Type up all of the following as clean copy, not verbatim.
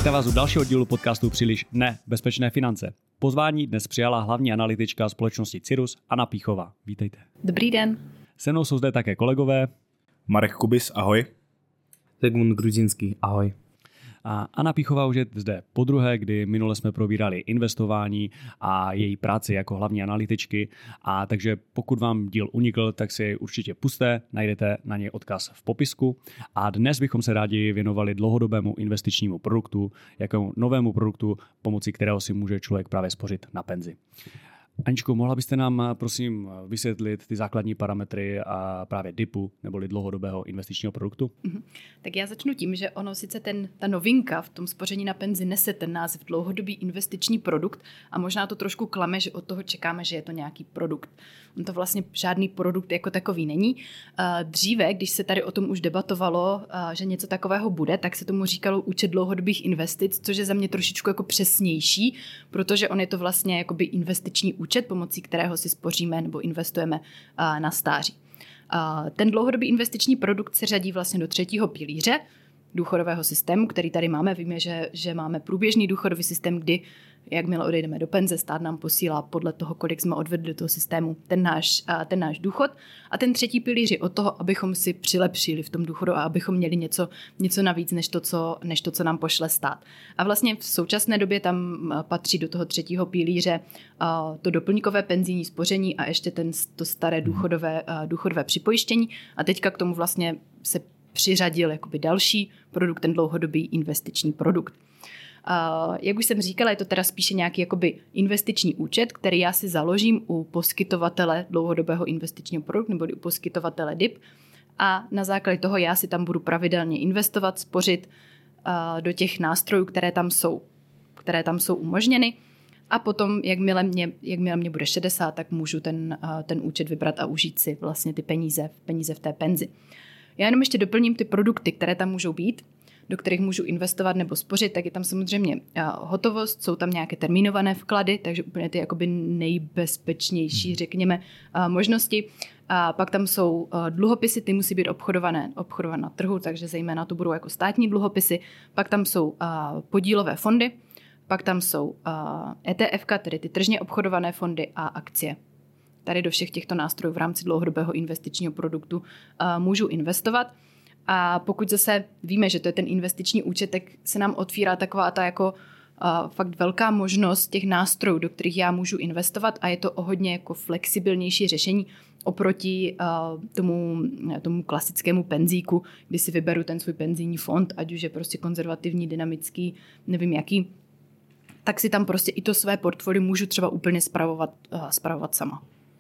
Vítám vás u dalšího dílu podcastu Příliš nebezpečné finance. Pozvání dnes přijala hlavní analytička společnosti Cyrrus Anna Píchová. Vítejte. Dobrý den. Se mnou jsou zde také kolegové Marek Kubis, ahoj. Zygmunt Grudzinský, ahoj. A Anna Píchová už je zde podruhé, kdy minule jsme probírali investování a její práci jako hlavní analytičky. A takže pokud vám díl unikl, tak si jej určitě pusťte, najdete na něj odkaz v popisku. A dnes bychom se rádi věnovali dlouhodobému investičnímu produktu, jako novému produktu, pomocí kterého si může člověk právě spořit na penzi. Aničko, mohla byste nám prosím vysvětlit ty základní parametry a právě DIPu neboli dlouhodobého investičního produktu? Tak já začnu tím, že ono sice ta novinka v tom spoření na penzi nese ten název dlouhodobý investiční produkt a možná to trošku klame, že od toho čekáme, že je to nějaký produkt. On to vlastně žádný produkt jako takový není. Dříve, když se tady o tom už debatovalo, že něco takového bude, tak se tomu říkalo účet dlouhodobých investic, což je za mě trošičku jako přesnější, protože on je to vlastně jakoby investiční účet, pomocí kterého si spoříme nebo investujeme na stáří. Ten dlouhodobý investiční produkt se řadí vlastně do třetího pilíře důchodového systému, který tady máme. Víme, že máme průběžný důchodový systém, kdy jakmile odejdeme do penze, stát nám posílá podle toho, kolik jsme odvedli do toho systému ten náš důchod. A ten třetí pilíř je od toho, abychom si přilepšili v tom důchodu a abychom měli něco navíc, než to, co nám pošle stát. A vlastně v současné době tam patří do toho třetího pilíře to doplňkové penzijní spoření a ještě to staré důchodové připojištění. A teďka k tomu vlastně se přiřadil jakoby další produkt, ten dlouhodobý investiční produkt. Jak už jsem říkala, je to teda spíše nějaký jakoby investiční účet, který já si založím u poskytovatele dlouhodobého investičního produktu nebo u poskytovatele DIP a na základě toho já si tam budu pravidelně investovat, spořit do těch nástrojů, které tam jsou umožněny a potom, jakmile mě bude 60, tak můžu ten účet vybrat a užít si vlastně ty peníze v té penzi. Já jenom ještě doplním ty produkty, které tam můžou být, do kterých můžu investovat nebo spořit, tak je tam samozřejmě hotovost, jsou tam nějaké termínované vklady, takže úplně ty jakoby nejbezpečnější, řekněme, možnosti. A pak tam jsou dluhopisy, ty musí být obchodované na trhu, takže zejména to budou jako státní dluhopisy. Pak tam jsou podílové fondy, pak tam jsou ETF, tedy ty tržně obchodované fondy a akcie. Tady do všech těchto nástrojů v rámci dlouhodobého investičního produktu můžu investovat. A pokud zase víme, že to je ten investiční účet, tak se nám otvírá taková ta jako fakt velká možnost těch nástrojů, do kterých já můžu investovat a je to o hodně jako flexibilnější řešení oproti tomu klasickému penzíku, kdy si vyberu ten svůj penzijní fond, ať už je prostě konzervativní, dynamický, nevím jaký, tak si tam prostě i to své portfolio můžu třeba úplně spravovat sama.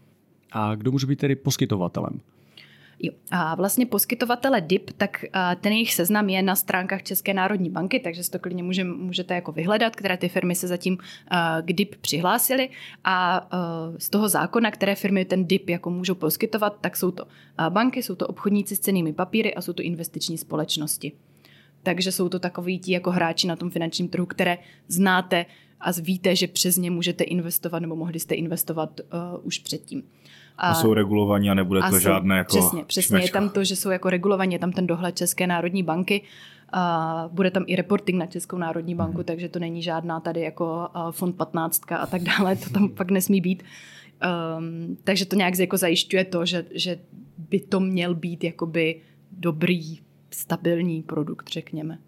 A kdo může být tedy poskytovatelem? Jo. A vlastně poskytovatele DIP, tak ten jejich seznam je na stránkách České národní banky, takže si to klidně můžete jako vyhledat, které ty firmy se zatím k DIP přihlásily a z toho zákona, které firmy ten DIP jako můžou poskytovat, tak jsou to banky, jsou to obchodníci s cennými papíry a jsou to investiční společnosti. Takže jsou to takoví ti jako hráči na tom finančním trhu, které znáte a víte, že přes ně můžete investovat nebo mohli jste investovat už předtím. A jsou regulovaní a nebude to žádné jako Přesně. šmečka. Je tam to, že jsou jako regulovaní, je tam ten dohled České národní banky. Bude tam i reporting na Českou národní banku, takže to není žádná tady jako fond 15 a tak dále, to tam fakt nesmí být. Takže to nějak jako zajišťuje to, že by to měl být jakoby dobrý, stabilní produkt, řekněme.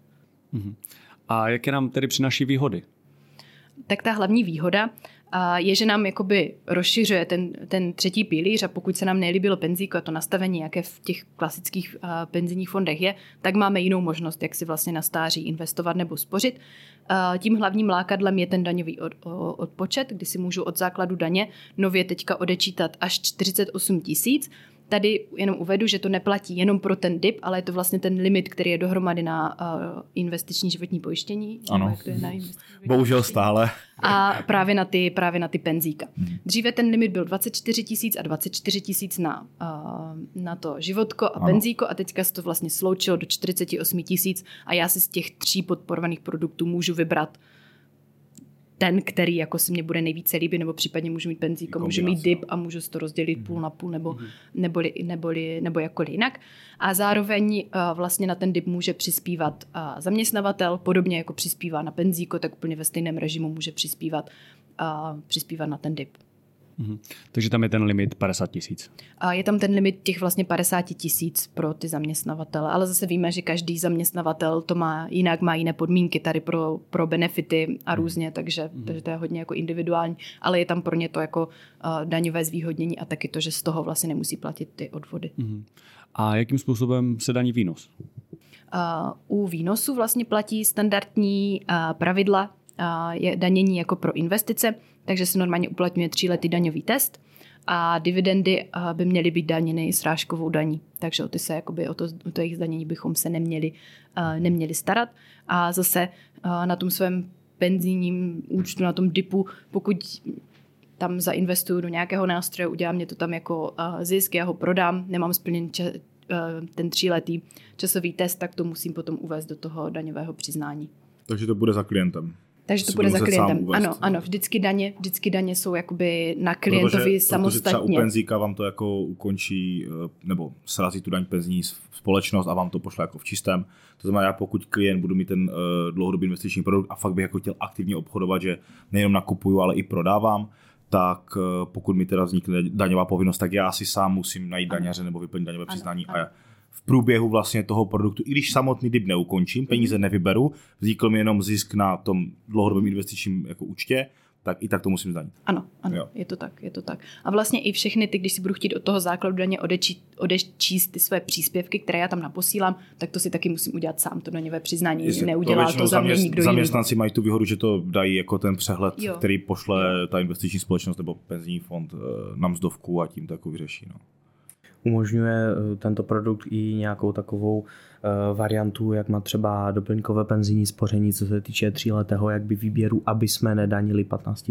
A jaké nám tedy přináší výhody? Tak ta hlavní výhoda je, že nám jakoby rozšiřuje ten třetí pilíř a pokud se nám nelíbilo penzíko a to nastavení, jaké v těch klasických penzijních fondech je, tak máme jinou možnost, jak si vlastně na stáří investovat nebo spořit. Tím hlavním lákadlem je ten daňový odpočet, kdy si můžu od základu daně nově teďka odečítat až 48 000. Tady jenom uvedu, že to neplatí jenom pro ten DIP, ale je to vlastně ten limit, který je dohromady na investiční životní pojištění. Ano, jak to je na bohužel stále. A právě na ty penzíka. Dříve ten limit byl 24 000 a 24 000 na to životko a penzíko a teďka se to vlastně sloučilo do 48 000 a já si z těch 3 podporovaných produktů můžu vybrat ten, který jako se mě bude nejvíce líbit, nebo případně můžu mít penzíko, můžu mít dip a můžu to rozdělit půl na půl nebo jakkoliv jinak. A zároveň vlastně na ten dip může přispívat zaměstnavatel, podobně jako přispívá na penzíko, tak úplně ve stejném režimu může přispívat na ten dip. Takže tam je ten limit 50 000. Je tam ten limit těch vlastně 50 000 pro ty zaměstnavatele, ale zase víme, že každý zaměstnavatel to má jinak, má jiné podmínky tady pro benefity a různě, takže to je hodně jako individuální, ale je tam pro ně to jako daňové zvýhodnění a taky to, že z toho vlastně nemusí platit ty odvody. A jakým způsobem se daní výnos? U výnosu vlastně platí standardní pravidla je danění jako pro investice, takže se normálně uplatňuje 3letý daňový test a dividendy by měly být daněny srážkovou daní. Takže o to jejich zdanění bychom se neměli starat. A zase na tom svém penzijním účtu, na tom dipu, pokud tam zainvestuju do nějakého nástroje, udělám mě to tam jako zisk, já ho prodám, nemám splněn ten 3letý časový test, tak to musím potom uvést do toho daňového přiznání. Takže to bude za klientem. Takže to bude za klientem. Ano, vždycky daně jsou jakoby na klientovi samostatně. Protože třeba u penzíka vám to jako ukončí, nebo srazí tu daň penzijní společnost a vám to pošle jako v čistém. To znamená, já pokud klient budu mít ten dlouhodobý investiční produkt a fakt bych jako chtěl aktivně obchodovat, že nejenom nakupuju, ale i prodávám, tak pokud mi teda vznikne daňová povinnost, tak já si sám musím najít daňaře nebo vyplnit daňové přiznání a v průběhu vlastně toho produktu, i když samotný dip neukončím, peníze nevyberu, vznikl mi jenom zisk na tom dlouhodobém investičním jako účtě, tak i tak to musím zdanit. Ano, je to tak. A vlastně i všechny ty, když si budu chtít od toho základu daně odečíst ty své příspěvky, které já tam naposílám, tak to si taky musím udělat sám, to daňové přiznání. Neudělá to za mě nikdo jiný. Zaměstnanci mají tu výhodu, že to dají jako ten přehled, který pošle ta investiční společnost nebo penzijní fond na mzdovku a tím to jako vyřeší. No. Umožňuje tento produkt i nějakou takovou variantu, jak má třeba doplňkové penzijní spoření, co se týče 3letého jakby výběru, aby jsme nedanili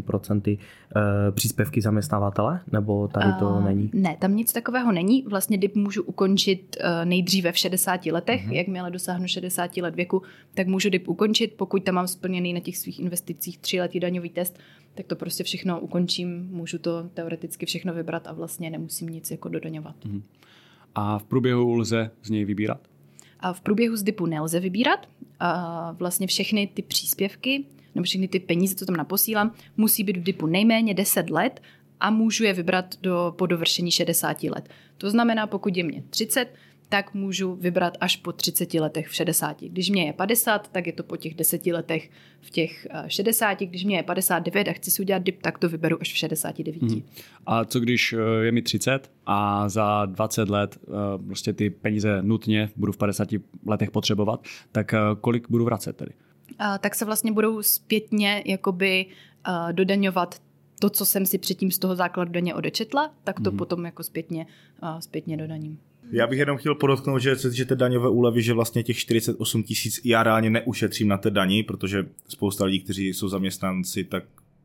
15% příspěvky zaměstnavatele? Nebo tady to není? Ne, tam nic takového není. Vlastně dip můžu ukončit nejdříve v 60 letech. Jakmile dosáhnu 60 let věku, tak můžu dip ukončit. Pokud tam mám splněný na těch svých investicích 3letý daňový test, tak to prostě všechno ukončím, můžu to teoreticky všechno vybrat a vlastně nemusím nic jako dodaňovat. A v průběhu lze z něj vybírat? A v průběhu z dipu nelze vybírat. A vlastně všechny ty příspěvky nebo všechny ty peníze, co tam naposílám, musí být v dipu nejméně 10 let a můžu je vybrat po dovršení 60 let. To znamená, pokud je mě 30, tak můžu vybrat až po 30 letech v 60. Když mě je 50, tak je to po těch 10 letech v těch 60. Když mě je 59 a chci si udělat dip, tak to vyberu až v 69. A co když je mi 30 a za 20 let prostě ty peníze nutně budu v 50 letech potřebovat, tak kolik budu vracet tedy? Tak se vlastně budou zpětně jakoby dodaňovat to, co jsem si předtím z toho základu daně odečetla, tak to potom jako zpětně dodaním. Já bych jenom chtěl podotknout, že té daňové úlevy, že vlastně těch 48 000 já reálně neušetřím na té dani, protože spousta lidí, kteří jsou zaměstnanci, tak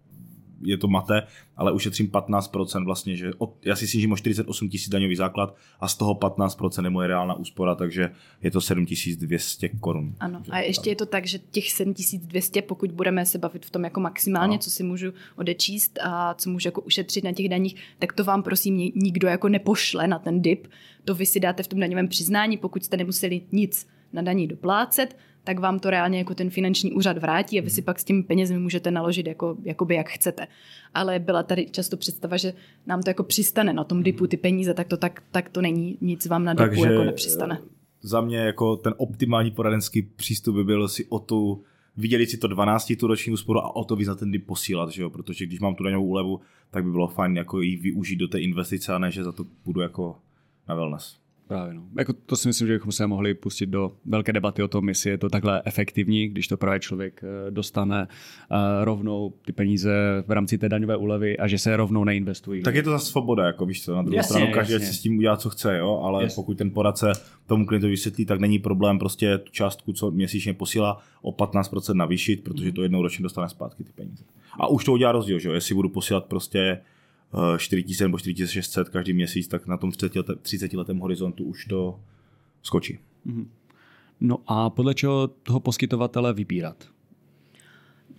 je to mate, ale ušetřím 15% vlastně, že já si snížím o 48 000 daňový základ a z toho 15% je moje reálná úspora, takže je to 7200 korun. Ano, a ještě je to tak, že těch 7200, pokud budeme se bavit v tom jako maximálně, co si můžu odečíst a co můžu jako ušetřit na těch daních, tak to vám prosím nikdo jako nepošle na ten dip. To vy si dáte v tom daňovém přiznání, pokud jste nemuseli nic na daní doplácet, tak vám to reálně jako ten finanční úřad vrátí a vy si pak s těmi penězi můžete naložit jakoby jak chcete. Ale byla tady často představa, že nám to jako přistane na tom dipu ty peníze, tak to není, nic vám na dipu takže jako nepřistane. Za mě jako ten optimální poradenský přístup by byl si vydělit si to 12 tu roční úsporu a o to víc na ten dip posílat, že jo? Protože když mám tu daňovou úlevu, tak by bylo fajn jako ji využít do té investice a ne, že za to půjdu jako na wellness. Právě no. Jako to si myslím, že bychom se mohli pustit do velké debaty o tom, jestli je to takhle efektivní, když to právě člověk dostane rovnou ty peníze v rámci té daňové úlevy a že se rovnou neinvestují. Tak je to zase svoboda, jako víš co, na druhou stranu každý si s tím udělá, co chce, jo, ale pokud ten poradce tomu klientovi vysvětlí, tak není problém prostě tu částku, co měsíčně posílá, o 15% navýšit, protože to jednou ročně dostane zpátky ty peníze. A už to udělá rozdíl, že jo, jestli budu posílat prostě 4000 nebo 4600 každý měsíc, tak na tom 30 letém horizontu už to skočí. No a podle čeho toho poskytovatele vybírat?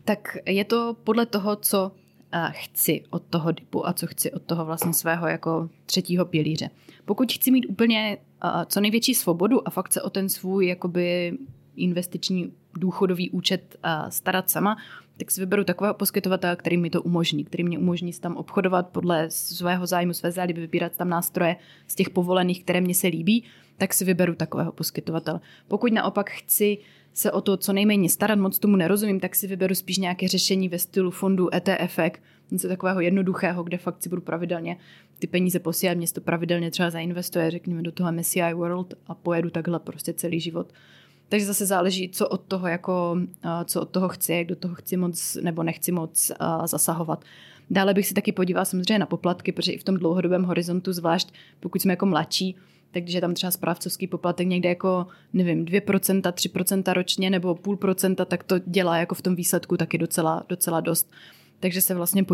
Tak je to podle toho, co chci od toho dipu a co chci od toho vlastně svého jako třetího pilíře. Pokud chci mít úplně co největší svobodu a fakt se o ten svůj jakoby investiční důchodový účet starat sama, tak si vyberu takového poskytovatele, který mi to umožní, který mě umožní tam obchodovat podle svého zájmu, své záliby, vybírat tam nástroje z těch povolených, které mně se líbí, tak si vyberu takového poskytovatele. Pokud naopak chci se o to co nejméně starat, moc tomu nerozumím, tak si vyberu spíš nějaké řešení ve stylu fondu ETF, něco takového jednoduchého, kde fakt si budu pravidelně ty peníze posílat, mě to pravidelně třeba zainvestuje, řekněme do toho MSCI World a pojedu takhle prostě celý život. Takže zase záleží, co od toho chci, jak do toho chci moc nebo nechci moc zasahovat. Dále bych si taky podívala samozřejmě na poplatky, protože i v tom dlouhodobém horizontu, zvlášť pokud jsme jako mladší, tak když je tam třeba správcovský poplatek někde jako, nevím, 2%, 3% ročně nebo 0,5%, tak to dělá jako v tom výsledku taky docela dost. Takže se vlastně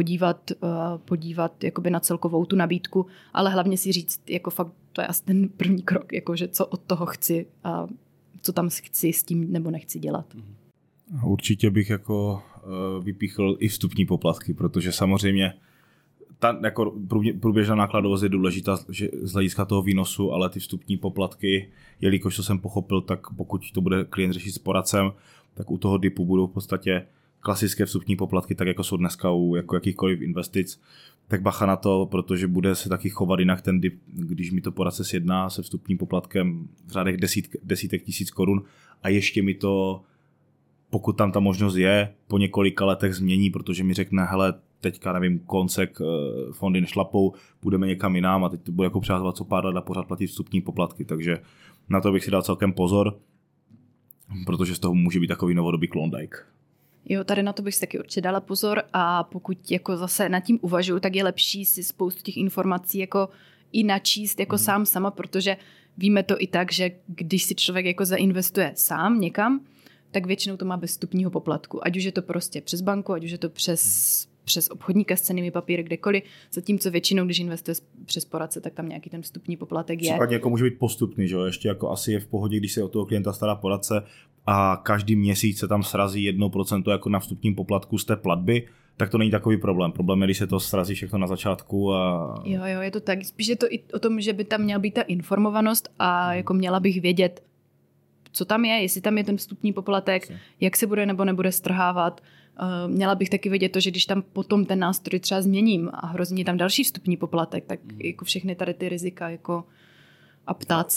podívat jakoby na celkovou tu nabídku, ale hlavně si říct, jako fakt to je asi ten první krok, jako že co od toho chci a co tam chci s tím nebo nechci dělat. Určitě bych jako vypíchl i vstupní poplatky, protože samozřejmě ta jako průběžná nákladovost je důležitá z hlediska toho výnosu, ale ty vstupní poplatky, jelikož to jsem pochopil, tak pokud to bude klient řešit s poradcem, tak u toho dipu budou v podstatě klasické vstupní poplatky, tak jako jsou dneska u jako jakýchkoliv investic, tak bacha na to, protože bude se taky chovat jinak ten dip, když mi to poradce sjedná se vstupním poplatkem v řádech desítek tisíc korun a ještě mi to, pokud tam ta možnost je, po několika letech změní, protože mi řekne, hele, teďka nevím, koncek fondy nešlapou, půjdeme někam jinam a teď to bude jako přehazovat co pár let a pořád platit vstupní poplatky, takže na to bych si dal celkem pozor, protože z toho může být takový novodobý Klondike. Jo, tady na to bych si taky určitě dala pozor a pokud jako zase nad tím uvažuji, tak je lepší si spoustu těch informací jako i načíst jako sama, protože víme to i tak, že když si člověk jako zainvestuje sám někam, tak většinou to má bez vstupního poplatku. Ať už je to prostě přes banku, ať už je to přes obchodníka s cennými papíry, kdekoliv, zatímco většinou, když investuje přes poradce, tak tam nějaký ten vstupní poplatek je. Případně jako může být postupný, že jo? Ještě jako asi je v pohodě, když se o toho klienta stará poradce a každý měsíc se tam srazí 1% jako na vstupním poplatku z té platby, tak to není takový problém. Problém je, když se to srazí všechno na začátku a... Jo, je to tak. Spíš je to i o tom, že by tam měla být ta informovanost a jako měla bych vědět, co tam je, jestli tam je ten vstupní poplatek, jak se bude nebo nebude strhávat. Měla bych taky vědět to, že když tam potom ten nástroj třeba změním a hrozně tam další vstupní poplatek, tak jako všechny tady ty rizika jako a ptát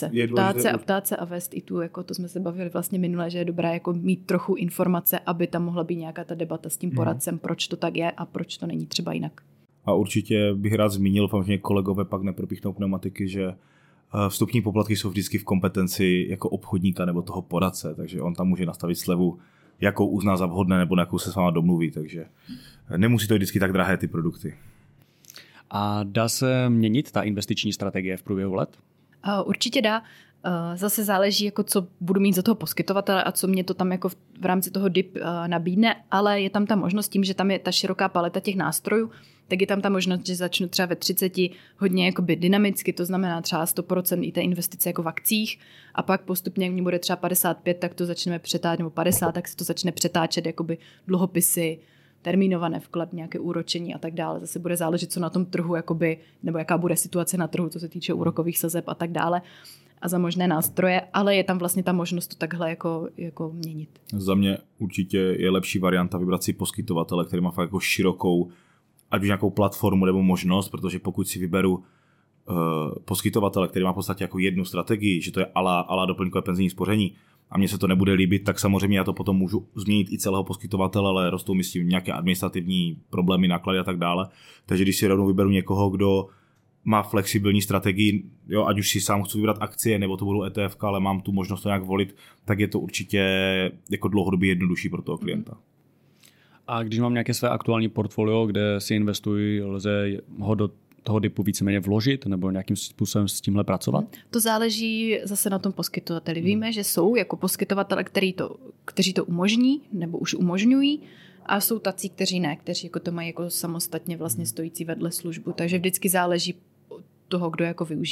se a vést i tu, jako to jsme se bavili vlastně minule, že je dobré jako mít trochu informace, aby tam mohla být nějaká ta debata s tím poradcem, proč to tak je a proč to není třeba jinak. A určitě bych rád zmínil, že kolegové pak nepropíchnou pneumatiky, že vstupní poplatky jsou vždycky v kompetenci jako obchodníka nebo toho poradce, takže on tam může nastavit slevu, jakou uzná za vhodné nebo na jakou se s váma domluví, takže nemusí to vždycky tak drahé ty produkty. A dá se měnit ta investiční strategie v průběhu let? Určitě dá. Zase záleží, jako co budu mít za toho poskytovatele a co mě to tam jako v rámci toho DIP nabídne, ale je tam ta možnost tím, že tam je ta široká paleta těch nástrojů, tak je tam ta možnost, že začnu třeba ve 30 hodně jakoby dynamicky, to znamená třeba 100% i té investice jako v akcích a pak postupně, jak mě bude třeba 55, tak to začneme přetáčet, nebo 50, tak se to začne přetáčet jakoby dluhopisy, termínované vklad, nějaké úročení a tak dále. Zase bude záležet, co na tom trhu, jakoby, nebo jaká bude situace na trhu, co se týče úrokových sazeb a tak dále a za možné nástroje, ale je tam vlastně ta možnost to takhle jako měnit. Za mě určitě je lepší varianta vybrat si poskytovatele, který má fakt jako širokou, ať už nějakou platformu nebo možnost, protože pokud si vyberu poskytovatele, který má v podstatě jako jednu strategii, že to je ala doplňkové penzijní spoření a mně se to nebude líbit, tak samozřejmě já to potom můžu změnit i celého poskytovatele, ale rostou mi s tím nějaké administrativní problémy, náklady a tak dále. Takže když si rovnou vyberu někoho, kdo má flexibilní strategii, jo, ať už si sám chci vybrat akcie, nebo to budou ETF, ale mám tu možnost to nějak volit, tak je to určitě jako dlouhodobě jednodušší pro toho klienta. A když mám nějaké své aktuální portfolio, kde si investuji, lze ho do toho DIPu víceméně vložit nebo nějakým způsobem s tímhle pracovat? To záleží zase na tom poskytovateli. Víme, že jsou jako poskytovatele, kteří to umožní nebo už umožňují a jsou tací, kteří ne, kteří jako to mají jako samostatně vlastně stojící vedle službu. Takže vždycky záleží od toho, kdo jako využívá.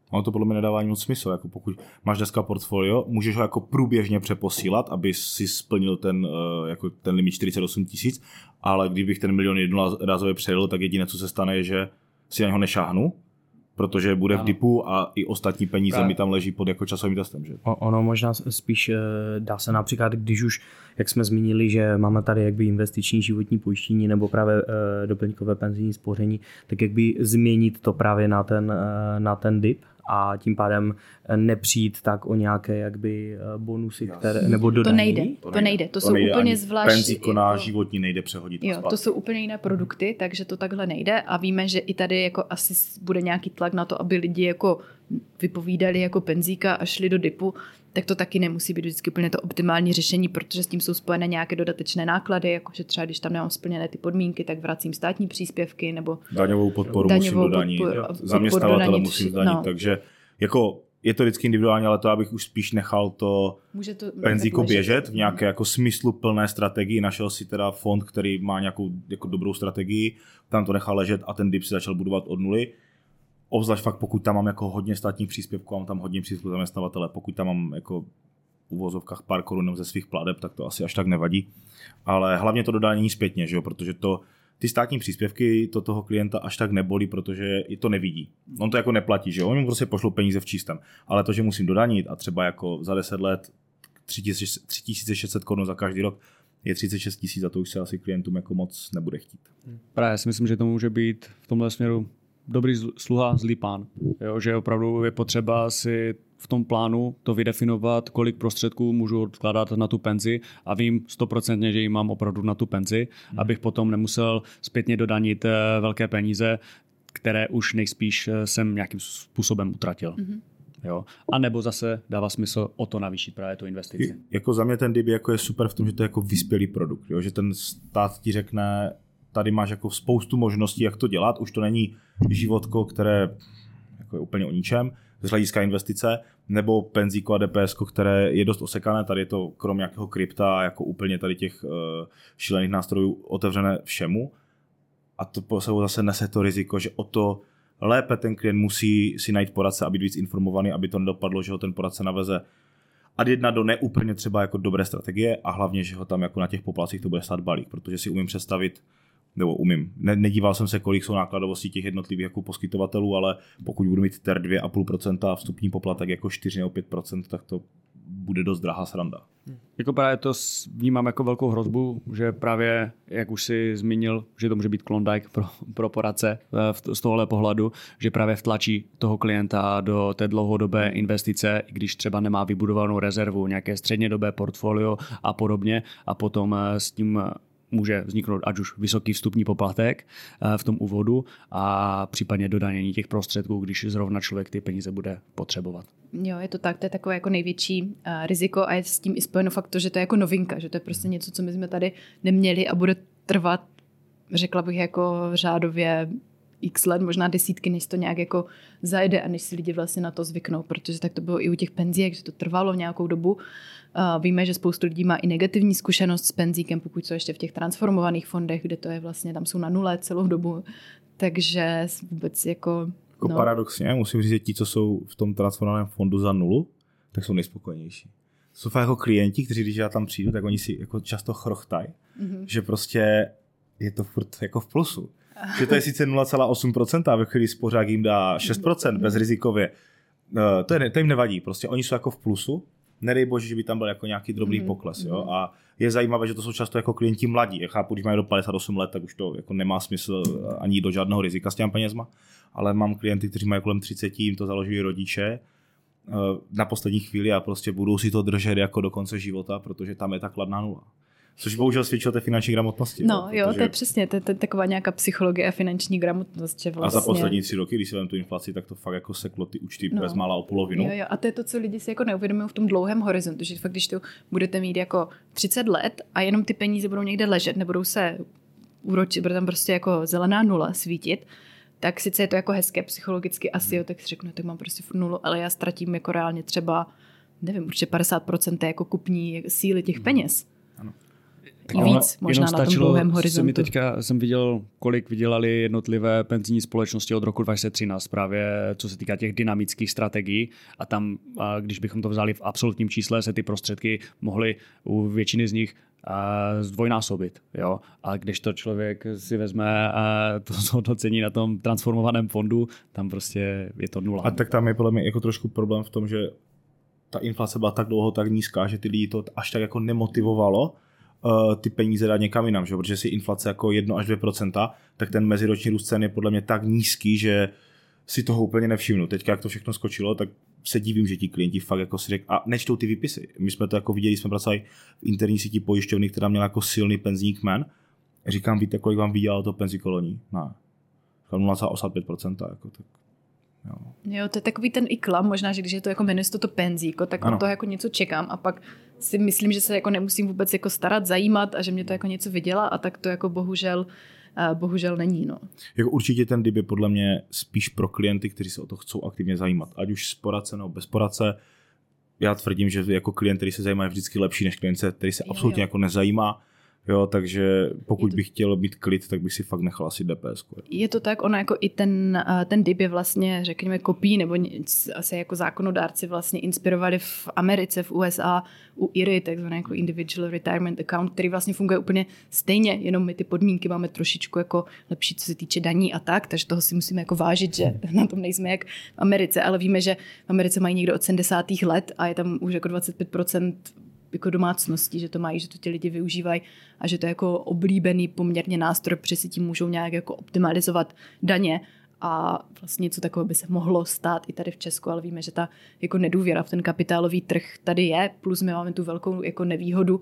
Ono to podle mě nedává ani moc smysl, jako pokud máš dneska portfolio, můžeš ho jako průběžně přeposílat, aby si splnil ten limit 48 000, ale kdybych ten milion jednorázově přejel, tak jediné, co se stane, je, že si na něho nešáhnu, protože bude v dipu a i ostatní peníze mi tam leží pod jako časovým testem. Že? Ono možná spíš dá se například, když už, jak jsme zmínili, že máme tady jakby investiční životní pojištění nebo právě doplňkové penzijní spoření, tak jakby změnit to právě na ten dip a tím pádem nepřijít tak o nějaké jakby bonusy, které, nebo dodání. To nejde. To jsou úplně zvláštní. Penzíko na životní nejde přehodit. Jo, to jsou úplně jiné produkty, takže to takhle nejde a víme, že i tady jako asi bude nějaký tlak na to, aby lidi jako vypovídali jako penzíka a šli do dipu, tak to taky nemusí být vždycky úplně to optimální řešení, protože s tím jsou spojené nějaké dodatečné náklady, jakože třeba když tam nemám splněné ty podmínky, tak vracím státní příspěvky nebo daňovou podporu musím dodanit, zaměstnavatele musím zdanit, takže jako je to vždycky individuální, ale to abych už spíš nechal to penzíko běžet v nějaké jako smysluplné strategii, našel si teda fond, který má nějakou jako dobrou strategii, tam to nechal ležet a ten dip si začal budovat od nuly. Obzvlášť fakt, pokud tam mám jako hodně státních příspěvků, mám tam hodně příspěvků zaměstnavatele, pokud tam mám jako v uvozovkách pár korun ze svých plateb, tak to asi až tak nevadí. Ale hlavně to dodání zpětně, že jo? Protože ty státní příspěvky to toho klienta až tak nebolí, protože i to nevidí. On to jako neplatí, že jo? Oni mu prostě pošlou peníze v čistém. Ale to, že musím dodanit a třeba jako za 10 let 3600 korun za každý rok je 36 000 a to už se asi klientům jako moc nebude chtít. Právě si myslím, že to může být v tomhle směru dobrý sluha, zlý pán. Jo, že opravdu je potřeba si v tom plánu to vydefinovat, kolik prostředků můžu odkládat na tu penzi a vím 100%, že ji mám opravdu na tu penzi, abych potom nemusel zpětně dodanit velké peníze, které už nejspíš jsem nějakým způsobem utratil. Jo. A nebo zase dává smysl o to navýšit právě tu investici. Jako za mě ten DIB jako je super v tom, že to je jako vyspělý produkt. Jo? Že ten stát ti řekne, tady máš jako spoustu možností, jak to dělat. Už to není životko, které jako je úplně o ničem z hlediska investice, nebo penzíko a DPSko, které je dost osekané. Tady je to krom nějakého krypta jako úplně tady těch šílených nástrojů otevřené všemu. A to po sebou zase nese to riziko, že o to lépe ten klient musí si najít poradce a být víc informovaný, aby to nedopadlo, že ho ten poradce naveze ad jedna do neúplně třeba jako dobré strategie a hlavně, že ho tam jako na těch poplatcích to bude stát balík, protože si umím představit, nebo umím. Nedíval jsem se, kolik jsou nákladovosti těch jednotlivých jako poskytovatelů, ale pokud budu mít TER 2,5% a vstupní poplatek jako 4 nebo 5%, tak to bude dost drahá sranda. Jako právě to vnímám jako velkou hrozbu, že právě, jak už si zmínil, že to může být Klondike pro poradce z tohohle pohledu, že právě vtlačí toho klienta do té dlouhodobé investice, i když třeba nemá vybudovanou rezervu, nějaké střednědobé portfolio a podobně a potom s tím může vzniknout ať už vysoký vstupní poplatek v tom úvodu a případně dodanění těch prostředků, když zrovna člověk ty peníze bude potřebovat. Jo, je to tak, to je takové jako největší riziko a je s tím i spojeno fakt to, že to je jako novinka, že to je prostě něco, co my jsme tady neměli a bude trvat, řekla bych jako řádově x let, možná desítky, než to nějak jako zajde a než si lidi vlastně na to zvyknou, protože tak to bylo i u těch penzí, že to trvalo nějakou dobu. Víme, že spoustu lidí má i negativní zkušenost s penzíkem, pokud jsou ještě v těch transformovaných fondech, kde to je vlastně, tam jsou na nule celou dobu, takže vůbec jako paradoxně, musím říct, že ti, co jsou v tom transformovaném fondu za nulu, tak jsou nejspokojenější. Jsou fakt jako klienti, kteří, když já tam přijdu, tak oni si jako často chrochtají, že prostě je to furt jako v plusu. Že to je sice 0,8% a ve chvíli spořák jim dá 6% bezrizikově. To jim nevadí, prostě oni jsou jako v plusu. Nedej bože, že by tam byl jako nějaký drobný pokles. Jo? A je zajímavé, že to jsou často jako klienti mladí. Já chápu, když mají do 58 let, tak už to jako nemá smysl ani do žádného rizika s těmi penězma. Ale mám klienty, kteří mají kolem 30, jim to založili rodiče na poslední chvíli a prostě budou si to držet jako do konce života, protože tam je ta kladná nula. Což bohužel svědčí o té finanční gramotnosti. No jo, to je přesně, to je taková nějaká psychologie a finanční gramotnost. Že vlastně... A za poslední 3 roky, když si vem tu inflaci, tak to fakt jako seklo ty účty bezmála o polovinu. Jo, a to je to, co lidi si jako neuvědomují v tom dlouhém horizontu, že fakt, když to budete mít jako 30 let a jenom ty peníze budou někde ležet, nebudou se úročit, bude tam prostě jako zelená nula svítit, tak sice je to jako hezké psychologicky asi, jo, tak si řeknu, tak mám prostě nulu, ale já ztratím jako reálně třeba, nevím, určitě 50% jako kupní síly těch peněz. Ano. i víc možná na tom dlouhém horizontu. Teďka jsem viděl, kolik vydělali jednotlivé penzijní společnosti od roku 2013 právě co se týká těch dynamických strategií a tam, když bychom to vzali v absolutním čísle, se ty prostředky mohly u většiny z nich zdvojnásobit. Jo? A když to člověk si vezme to zhodnocení na tom transformovaném fondu, tam prostě je to nula. A tak tam je podle mě jako trošku problém v tom, že ta inflace byla tak dlouho tak nízká, že ty lidi to až tak jako nemotivovalo ty peníze dát někam jinam, že? Protože si inflace jako 1 až 2%, tak ten meziroční růst cen je podle mě tak nízký, že si toho úplně nevšimnu. Teďka, jak to všechno skočilo, tak se divím, že ti klienti fakt jako si řekl, a nečtou ty výpisy. My jsme to jako viděli, jsme pracovali v interní síti pojišťovny, která měla jako silný penzijní kmen. Říkám, víte, kolik vám vydělalo to penzí koloní? Ne. 0,85%. Jako tak. Jo, to je takový ten i klam, možná, že když je to jako jmenuje to penzíko, tak ano. Od toho jako něco čekám a pak si myslím, že se jako nemusím vůbec jako starat, zajímat a že mě to jako něco vydělá a tak to jako bohužel není. No. Jako určitě ten DIP je podle mě spíš pro klienty, kteří se o to chcou aktivně zajímat. Ať už s poradce nebo bez poradce. Já tvrdím, že jako klient, který se zajímá, je vždycky lepší než klient, který se absolutně jako nezajímá. Jo, takže pokud bych chtěl být klid, tak bych si fakt nechal asi DPS. Je to tak, ono jako i ten DIP je vlastně, řekněme, kopií, nebo asi jako zákonodárci vlastně inspirovali v Americe, v USA, u IRA, takzvané jako Individual Retirement Account, který vlastně funguje úplně stejně, jenom my ty podmínky máme trošičku jako lepší, co se týče daní a tak, takže toho si musíme jako vážit, že na tom nejsme jak v Americe, ale víme, že v Americe mají někdo od 70. let a je tam už jako 25% jako domácností, že to mají, že to ti lidi využívají a že to je jako oblíbený poměrně nástroj, protože si tím můžou nějak jako optimalizovat daně a vlastně něco takového by se mohlo stát i tady v Česku, ale víme, že ta jako nedůvěra v ten kapitálový trh tady je, plus my máme tu velkou jako nevýhodu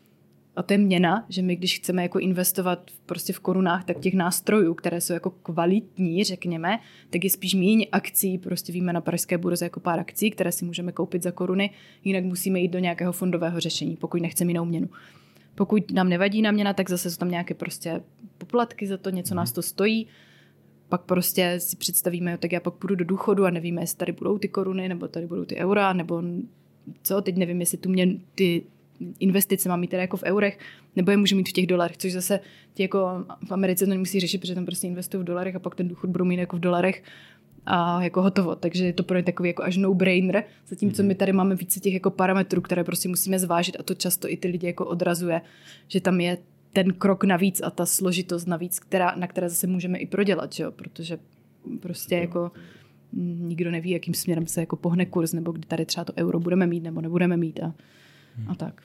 a to je měna, že my když chceme jako investovat prostě v korunách, tak těch nástrojů, které jsou jako kvalitní, řekněme, tak je spíš míň akcí, prostě víme na pražské burze jako pár akcí, které si můžeme koupit za koruny, jinak musíme jít do nějakého fondového řešení, pokud nechceme jinou měnu. Pokud nám nevadí na měna, tak zase jsou tam nějaké prostě poplatky za to, něco nás to stojí, pak prostě si představíme, tak já pak půjdu do důchodu a nevíme, jestli tady budou ty koruny, nebo tady budou ty eura, nebo co, teď nevím, jestli ty investice mám mít teda jako v eurech, nebo je můžu mít v těch dolarech, což zase ti jako v Americe to nemusí řešit, protože tam prostě investují v dolarech a pak ten důchod budou mít jako v dolarech a jako hotovo. Takže je to pro ně takový jako až no-brainer, zatímco my tady máme více těch jako parametrů, které prostě musíme zvážit a to často i ty lidi jako odrazuje, že tam je ten krok navíc a ta složitost navíc, na které zase můžeme i prodělat, že jo? Protože prostě jako nikdo neví, jakým směrem se jako pohne kurz, nebo kdy tady třeba to euro budeme mít nebo nebudeme mít a tak.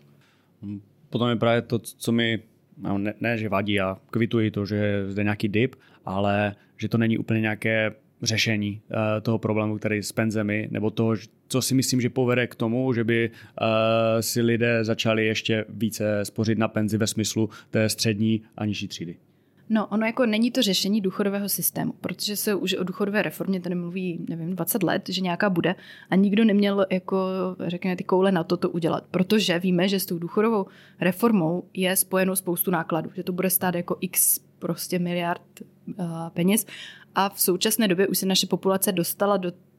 Potom je právě to, co mi ne že vadí a kvituji to, že je zde nějaký dip, ale že to není úplně nějaké řešení toho problému, který s penzemi, nebo toho, co si myslím, že povede k tomu, že by si lidé začali ještě více spořit na penzi ve smyslu té střední a nižší třídy. No, ono jako není to řešení důchodového systému, protože se už o důchodové reformě tady mluví, nevím, 20 let, že nějaká bude a nikdo neměl jako, řekněme, ty koule na to udělat, protože víme, že s tou důchodovou reformou je spojeno spoustu nákladů, že to bude stát jako x prostě miliard peněz a v současné době už se naše populace dostala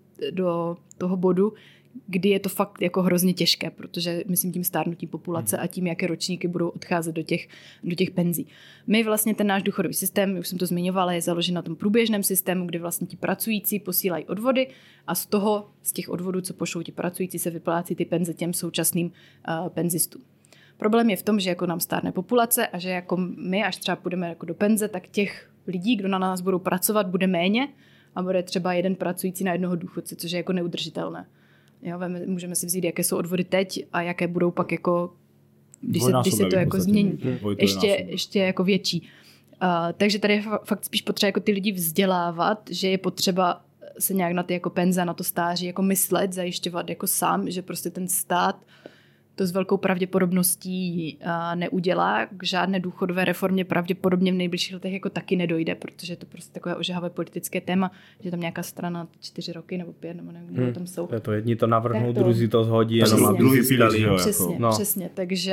do toho bodu, kdy je to fakt jako hrozně těžké, protože myslím tím stárnutím populace a tím, jaké ročníky budou odcházet do těch penzí. My vlastně ten náš důchodový systém, už jsem to zmiňovala, je založen na tom průběžném systému, kdy vlastně ti pracující posílají odvody a z těch odvodů, co pošlou ti pracující, se vyplácí ty penze těm současným penzistům. Problém je v tom, že jako nám stárne populace a že jako my, až třeba půjdeme jako do penze, tak těch lidí, kdo na nás budou pracovat, bude méně a bude třeba jeden pracující na jednoho důchodce, což je jako neudržitelné. Jo, můžeme si vzít, jaké jsou odvody teď a jaké budou pak jako, když se to jako změní. Ještě jako větší. Takže tady je fakt spíš potřeba jako ty lidi vzdělávat, že je potřeba se nějak na ty jako penze, na to stáří jako myslet, zajišťovat jako sám, že prostě ten stát to s velkou pravděpodobností neudělá. K žádné důchodové reformě pravděpodobně v nejbližších letech jako taky nedojde, protože je to prostě takové ožehavé politické téma, že tam nějaká strana 4 roky nebo 5 nebo nevím, tam jsou. To jedni to navrhnou, druzí to zhodí, jenom a druhý pílí. Přesně,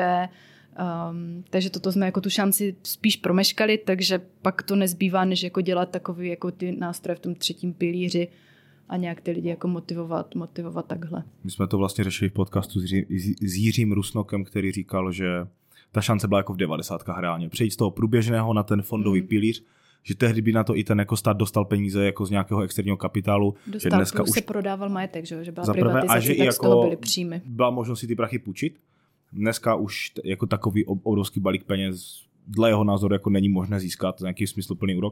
takže toto jsme jako tu šanci spíš promeškali, takže pak to nezbývá, než jako dělat takový jako ty nástroje v tom 3. pilíři a nějak ty lidi jako motivovat takhle. My jsme to vlastně řešili v podcastu s Jiřím Rusnokem, který říkal, že ta šance byla jako v 90kách reálně. Přejít z toho průběžného na ten fondový pilíř, že tehdy by na to i ten jako stát dostal peníze jako z nějakého externího kapitálu. Dostal, že dneska už se prodával majetek, že byla zaprvé, privatizace, a že tak jako z toho byly příjmy. Byla možnost si ty prachy půjčit. Dneska už jako takový obrovský balík peněz dle jeho názoru jako není možné získat za nějaký smysluplný úrok.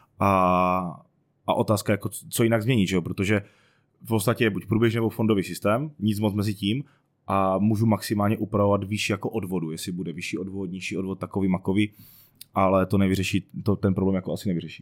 A otázka jako co jinak změnit, že jo? Protože v podstatě je buď průběžný nebo fondový systém, nic moc mezi tím a můžu maximálně upravovat výši jako odvodu, jestli bude vyšší odvod, nižší odvod, takový makový, ale to nevyřeší, ten problém jako asi nevyřeší.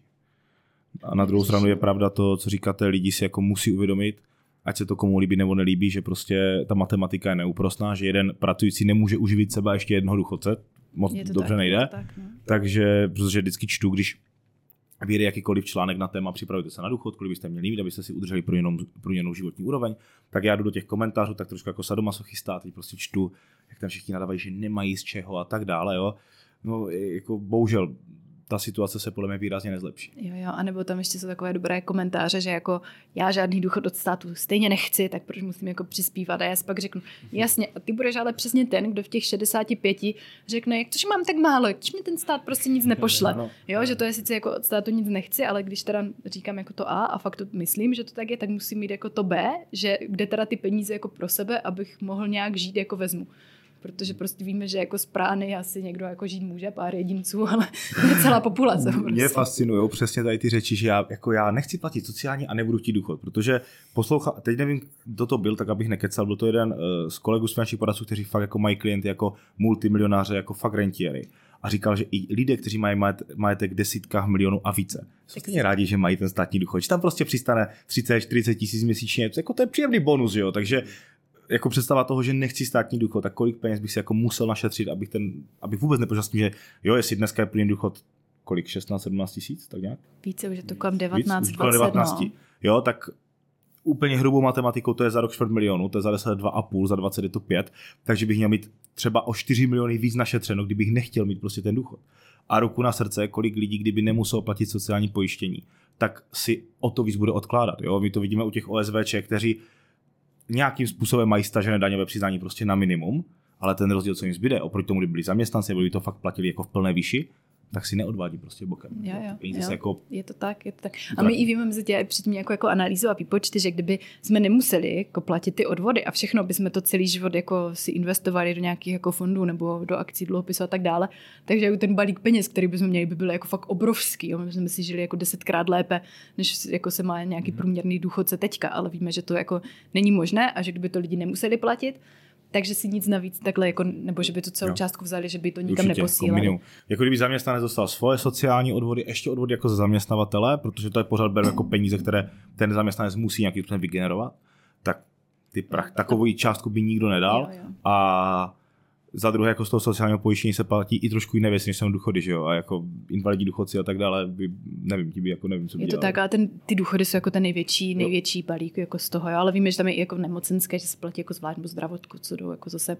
A na druhou stranu je pravda to, co říkáte, lidi si jako musí uvědomit, ať se to komu líbí nebo nelíbí, že prostě ta matematika je neúprosná, že jeden pracující nemůže uživit sebe ještě jednoho důchodce, moc dobře tak, nejde. Tak, no. Takže, protože vždycky čtu, když vyjde jakýkoliv článek na téma, připravujte se na důchod, kolik byste měli mít, abyste si udrželi průměrnou životní úroveň, tak já jdu do těch komentářů, tak trošku jako sadomasochista, teď prostě čtu, jak tam všichni nadávají, že nemají z čeho a tak dále, jo. No, jako bohužel ta situace se podle mě výrazně nezlepší. Jo, anebo tam ještě jsou takové dobré komentáře, že jako já žádný důchod od státu stejně nechci, tak proč musím jako přispívat? A já si pak řeknu, jasně, a ty budeš ale přesně ten, kdo v těch 65 řekne, jak což mám tak málo, když mi ten stát prostě nic nepošle. Jo, že to je sice jako od státu nic nechci, ale když teda říkám jako to A a fakt to myslím, že to tak je, tak musím mít jako to B, že kde teda ty peníze jako pro sebe, abych mohl nějak žít, jako vezmu. Protože prostě víme, že jako z prány asi někdo jako žít může, pár jedinců, ale ne celá populace. Prostě. Mě fascinují přesně tady ty řeči, že já nechci platit sociální a nebudu chtít důchod, protože teď nevím, kdo to byl, tak abych nekecal, byl to jeden z kolegů z finančních poradců, kteří fakt jako mají klienty jako multimilionáře, jako fakt rentiéry. A říkal, že i lidé, kteří mají majetek v desítkách milionů a více, jsou stejně rádi, že mají ten státní důchod. Že tam prostě přistane 30-40 tisíc měsíčně, jako to je příjemný bonus, jo, takže jako představa toho, že nechci státní důchod, tak kolik peněz bych si jako musel našetřit, abych vůbec nepočal s tím, že jo, jestli dneska je průměrný důchod kolik, 16-17 tisíc, tak nějak? Více, už je to kolem 19-20, 19. No. Jo, tak úplně hrubou matematikou to je za rok 4 milionu, to je za 2,5, za 20 je to 5, takže bych měl mít třeba o 4 miliony víc našetřeno, kdybych nechtěl mít prostě ten důchod. A ruku na srdce, kolik lidí, kdyby nemusel platit sociální pojištění, tak si o to víc bude odkládat. Jo? My to vidíme u těch OSVČ, kteří nějakým způsobem mají stažené daňové přiznání prostě na minimum, ale ten rozdíl, co jim zbyde, oproti tomu, kdy byli zaměstnanci, nebo by to fakt platili jako v plné výši, tak si neodvádí prostě bokem. Jo. Jako je to tak. A my i víme mezi tě předtím jako analýzu a výpočty, že kdyby jsme nemuseli jako platit ty odvody a všechno bychom to celý život jako si investovali do nějakých jako fondů nebo do akcí, dluhopisů a tak dále, takže jako ten balík peněz, který bychom měli, by byl jako fakt obrovský. Jo? My jsme si žili jako 10krát lépe, než jako se má nějaký průměrný důchodce teďka, ale víme, že to jako není možné a že kdyby to lidi nemuseli platit, takže si nic navíc takhle, jako, nebo že by to celou částku vzali, že by to nikam neposílali. Jako kdyby zaměstnanec dostal svoje sociální odvody, ještě odvody jako za zaměstnavatele, protože to je pořád beru jako peníze, které ten zaměstnanec musí nějakým způsobem vygenerovat, tak takovou částku by nikdo nedal. Jo. A za druhé, jako z toho sociálního pojištění se platí i trošku jiné věci, než jsou důchody, že jo? A jako invalidní důchodci a tak dále, nevím, co by je to tak, ale ty důchody jsou jako ten největší balík jako z toho, jo? Ale víme, že tam je i jako nemocenské, že se platí jako zvlášť zdravotku, co jdou jako zase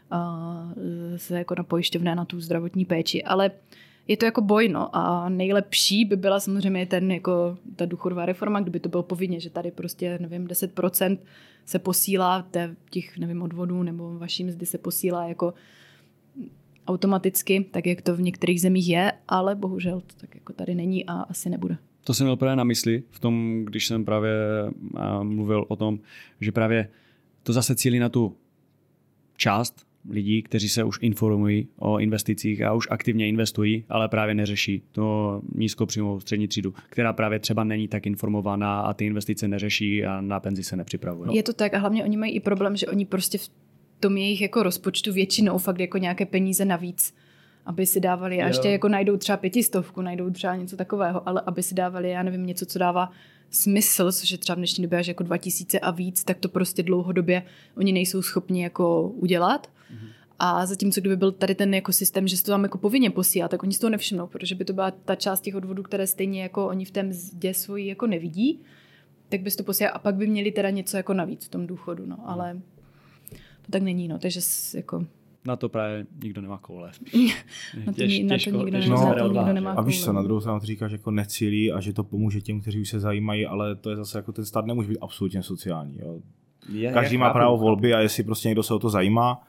se jako na pojišťovné na tu zdravotní péči, ale je to jako boj, no, a nejlepší by byla samozřejmě ta důchodová reforma, kdyby to bylo povinně, že tady prostě, nevím, 10% se posílá těch, nevím, odvodů nebo vaší mzdy se posílá jako automaticky, tak jak to v některých zemích je, ale bohužel to tak jako tady není a asi nebude. To jsem měl právě na mysli v tom, když jsem právě mluvil o tom, že právě to zase cílí na tu část lidí, kteří se už informují o investicích a už aktivně investují, ale právě neřeší to nízkopříjmovou střední třídu, která právě třeba není tak informovaná a ty investice neřeší a na penzi se nepřipravují. Je to tak a hlavně oni mají i problém, že oni prostě v tom jejich jako rozpočtu většinou fakt jako nějaké peníze navíc, aby si dávali a ještě jako najdou třeba 500, najdou třeba něco takového, ale aby si dávali, já nevím, něco, co dává smysl, což je třeba v dnešní době až jako 2000 a víc, tak to prostě dlouhodobě oni nejsou schopni jako udělat. A zatímco kdyby byl tady ten jako systém, že se to tam jako povinně posílá, tak oni si to nevšimnou, protože by to byla ta část těch odvodů, které stejně jako oni v té mzdě svojí jako nevidí, tak by se to posílali a pak by měli teda něco jako navíc v tom důchodu, no, ale to tak není, no, takže jako na to právě nikdo nemá koule. Na to nikdo nemá koule. A víš co, na druhou stranu říkáš, jako necílí a že to pomůže těm, kteří už se zajímají, ale to je zase jako ten stát nemůže být absolutně sociální. Jo. Každý má právo volby a jestli prostě někdo se o to zajímá,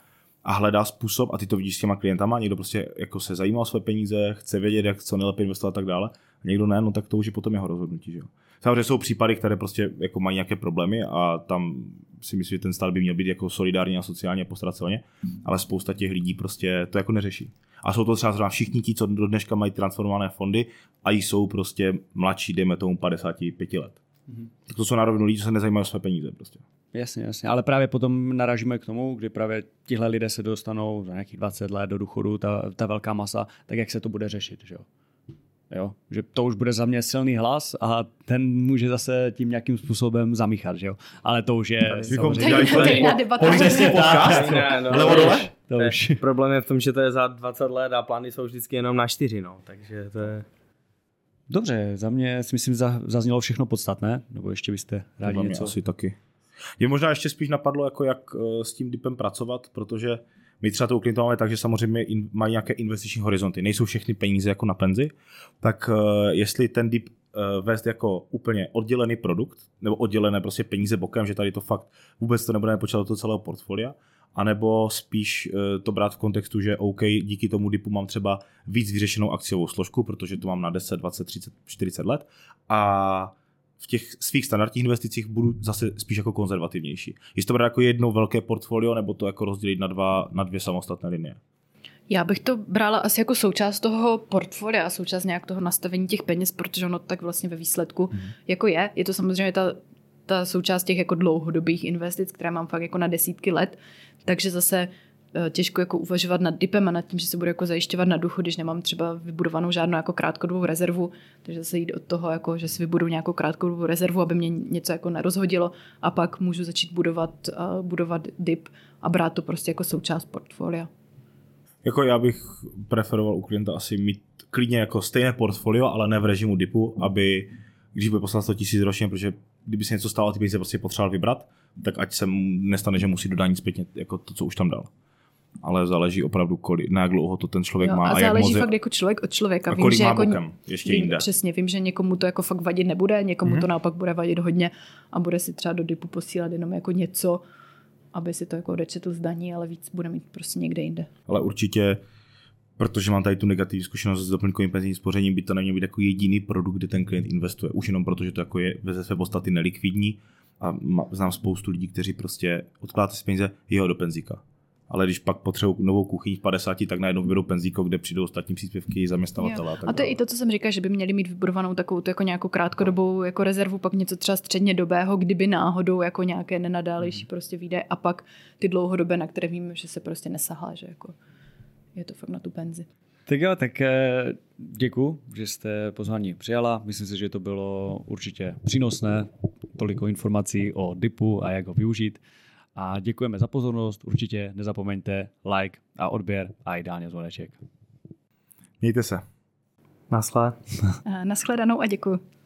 a hledá způsob, a ty to vidíš s těma klientama, někdo prostě jako se zajímá o své peníze, chce vědět, jak co nejlépe investovat a tak dále, a někdo ne, no tak to už je potom jeho rozhodnutí, že jo. Samozřejmě jsou případy, které prostě jako mají nějaké problémy a tam si myslím, že ten stát by měl být jako solidární a sociálně postarat se o ně, ale spousta těch lidí prostě to jako neřeší. A jsou to třeba všichni ti, co do dneška mají transformované fondy a jsou prostě mladší, dejme tomu 55 let. Tak to jsou na rovinu lidi, co se nezajímají o své peníze prostě. Jasně, ale právě potom narážíme k tomu, kdy právě tihle lidé se dostanou za nějakých 20 let do důchodu, ta velká masa, tak jak se to bude řešit, že jo? Jo, že to už bude za mě silný hlas a ten může zase tím nějakým způsobem zamíchat, že jo. Ale to už je jiná debata. Problém je v tom, že to je za 20 let a plány jsou vždycky jenom na 4, no, takže to je... Dobře, za mě si myslím zaznělo všechno podstatné, nebo ještě byste rádi něco? Asi taky. Mě možná ještě spíš napadlo, jako jak s tím dipem pracovat, protože my třeba to u klientů máme tak, že samozřejmě mají nějaké investiční horizonty. Nejsou všechny peníze jako na penzi, tak jestli ten dip vést jako úplně oddělený produkt, nebo oddělené prostě peníze bokem, že tady to fakt vůbec to nebudeme počítat do toho celého portfolia, anebo spíš to brát v kontextu, že OK, díky tomu dipu mám třeba víc vyřešenou akciovou složku, protože to mám na 10, 20, 30, 40 let a v těch svých standardních investicích budu zase spíš jako konzervativnější. Jestli to brát jako jedno velké portfolio, nebo to jako rozdělit na dvě samostatné linie? Já bych to brala asi jako součást toho portfolia, součást nějak toho nastavení těch peněz, protože ono tak vlastně ve výsledku jako je. Je to samozřejmě ta součást těch jako dlouhodobých investic, které mám fakt jako na desítky let, takže zase těžko jako uvažovat nad dipem a nad tím, že se bude jako zajišťovat na důchod, když nemám třeba vybudovanou žádnou jako krátkodobou rezervu, takže zase jít od toho, jako, že si vybudu nějakou krátkodobou rezervu, aby mě něco jako nerozhodilo a pak můžu začít budovat dip a brát to prostě jako součást portfolia. Jako já bych preferoval u klienta asi mít klidně jako stejné portfolio, ale ne v režimu dipu, aby když bude poslat 100 000 ročně, protože kdyby se něco stalo, ty by se prostě potřeboval vybrat, tak ať se nestane, že musí dodání zpětně jako to, co už tam dal. Ale záleží opravdu, na jak dlouho to ten člověk má. A záleží fakt jako člověk od člověka. A kolik má bokem, ještě jinde. Přesně, vím, že někomu to jako fakt vadit nebude, někomu to naopak bude vadit hodně a bude si třeba do dipu posílat jenom jako něco, aby si to jako odečetl z daní, ale víc bude mít prostě někde jinde. Ale určitě, protože mám tady tu negativní zkušenost s doplňkovým penzijním spořením, by to neměl být jako jediný produkt, kde ten klient investuje. Už jenom proto, že to jako je ze své podstaty nelikvidní a znám spoustu lidí, kteří prostě odkládají si peníze do penzíka. Ale když pak potřebují novou kuchyň v 50, tak najednou vyberou penzíko, kde přijdou ostatní příspěvky zaměstnavatele. A to je i to, co jsem říkal, že by měli mít vybudovanou takovou jako nějakou krátkodobou jako rezervu, pak něco třeba střednědobého, kdyby náhodou jako nějaké nenadálejší prostě výdaje a pak ty dlouhodobé, na které vím, že se prostě nesahá, že jako je to fakt na tu penzi. Tak jo, tak děkuju, že jste pozvání přijala. Myslím si, že to bylo určitě přínosné, toliko informací o dipu a jak ho využít. A děkujeme za pozornost, určitě nezapomeňte like a odběr a ideálně zvoneček. Mějte se. Naschle. Naschledanou a děkuju.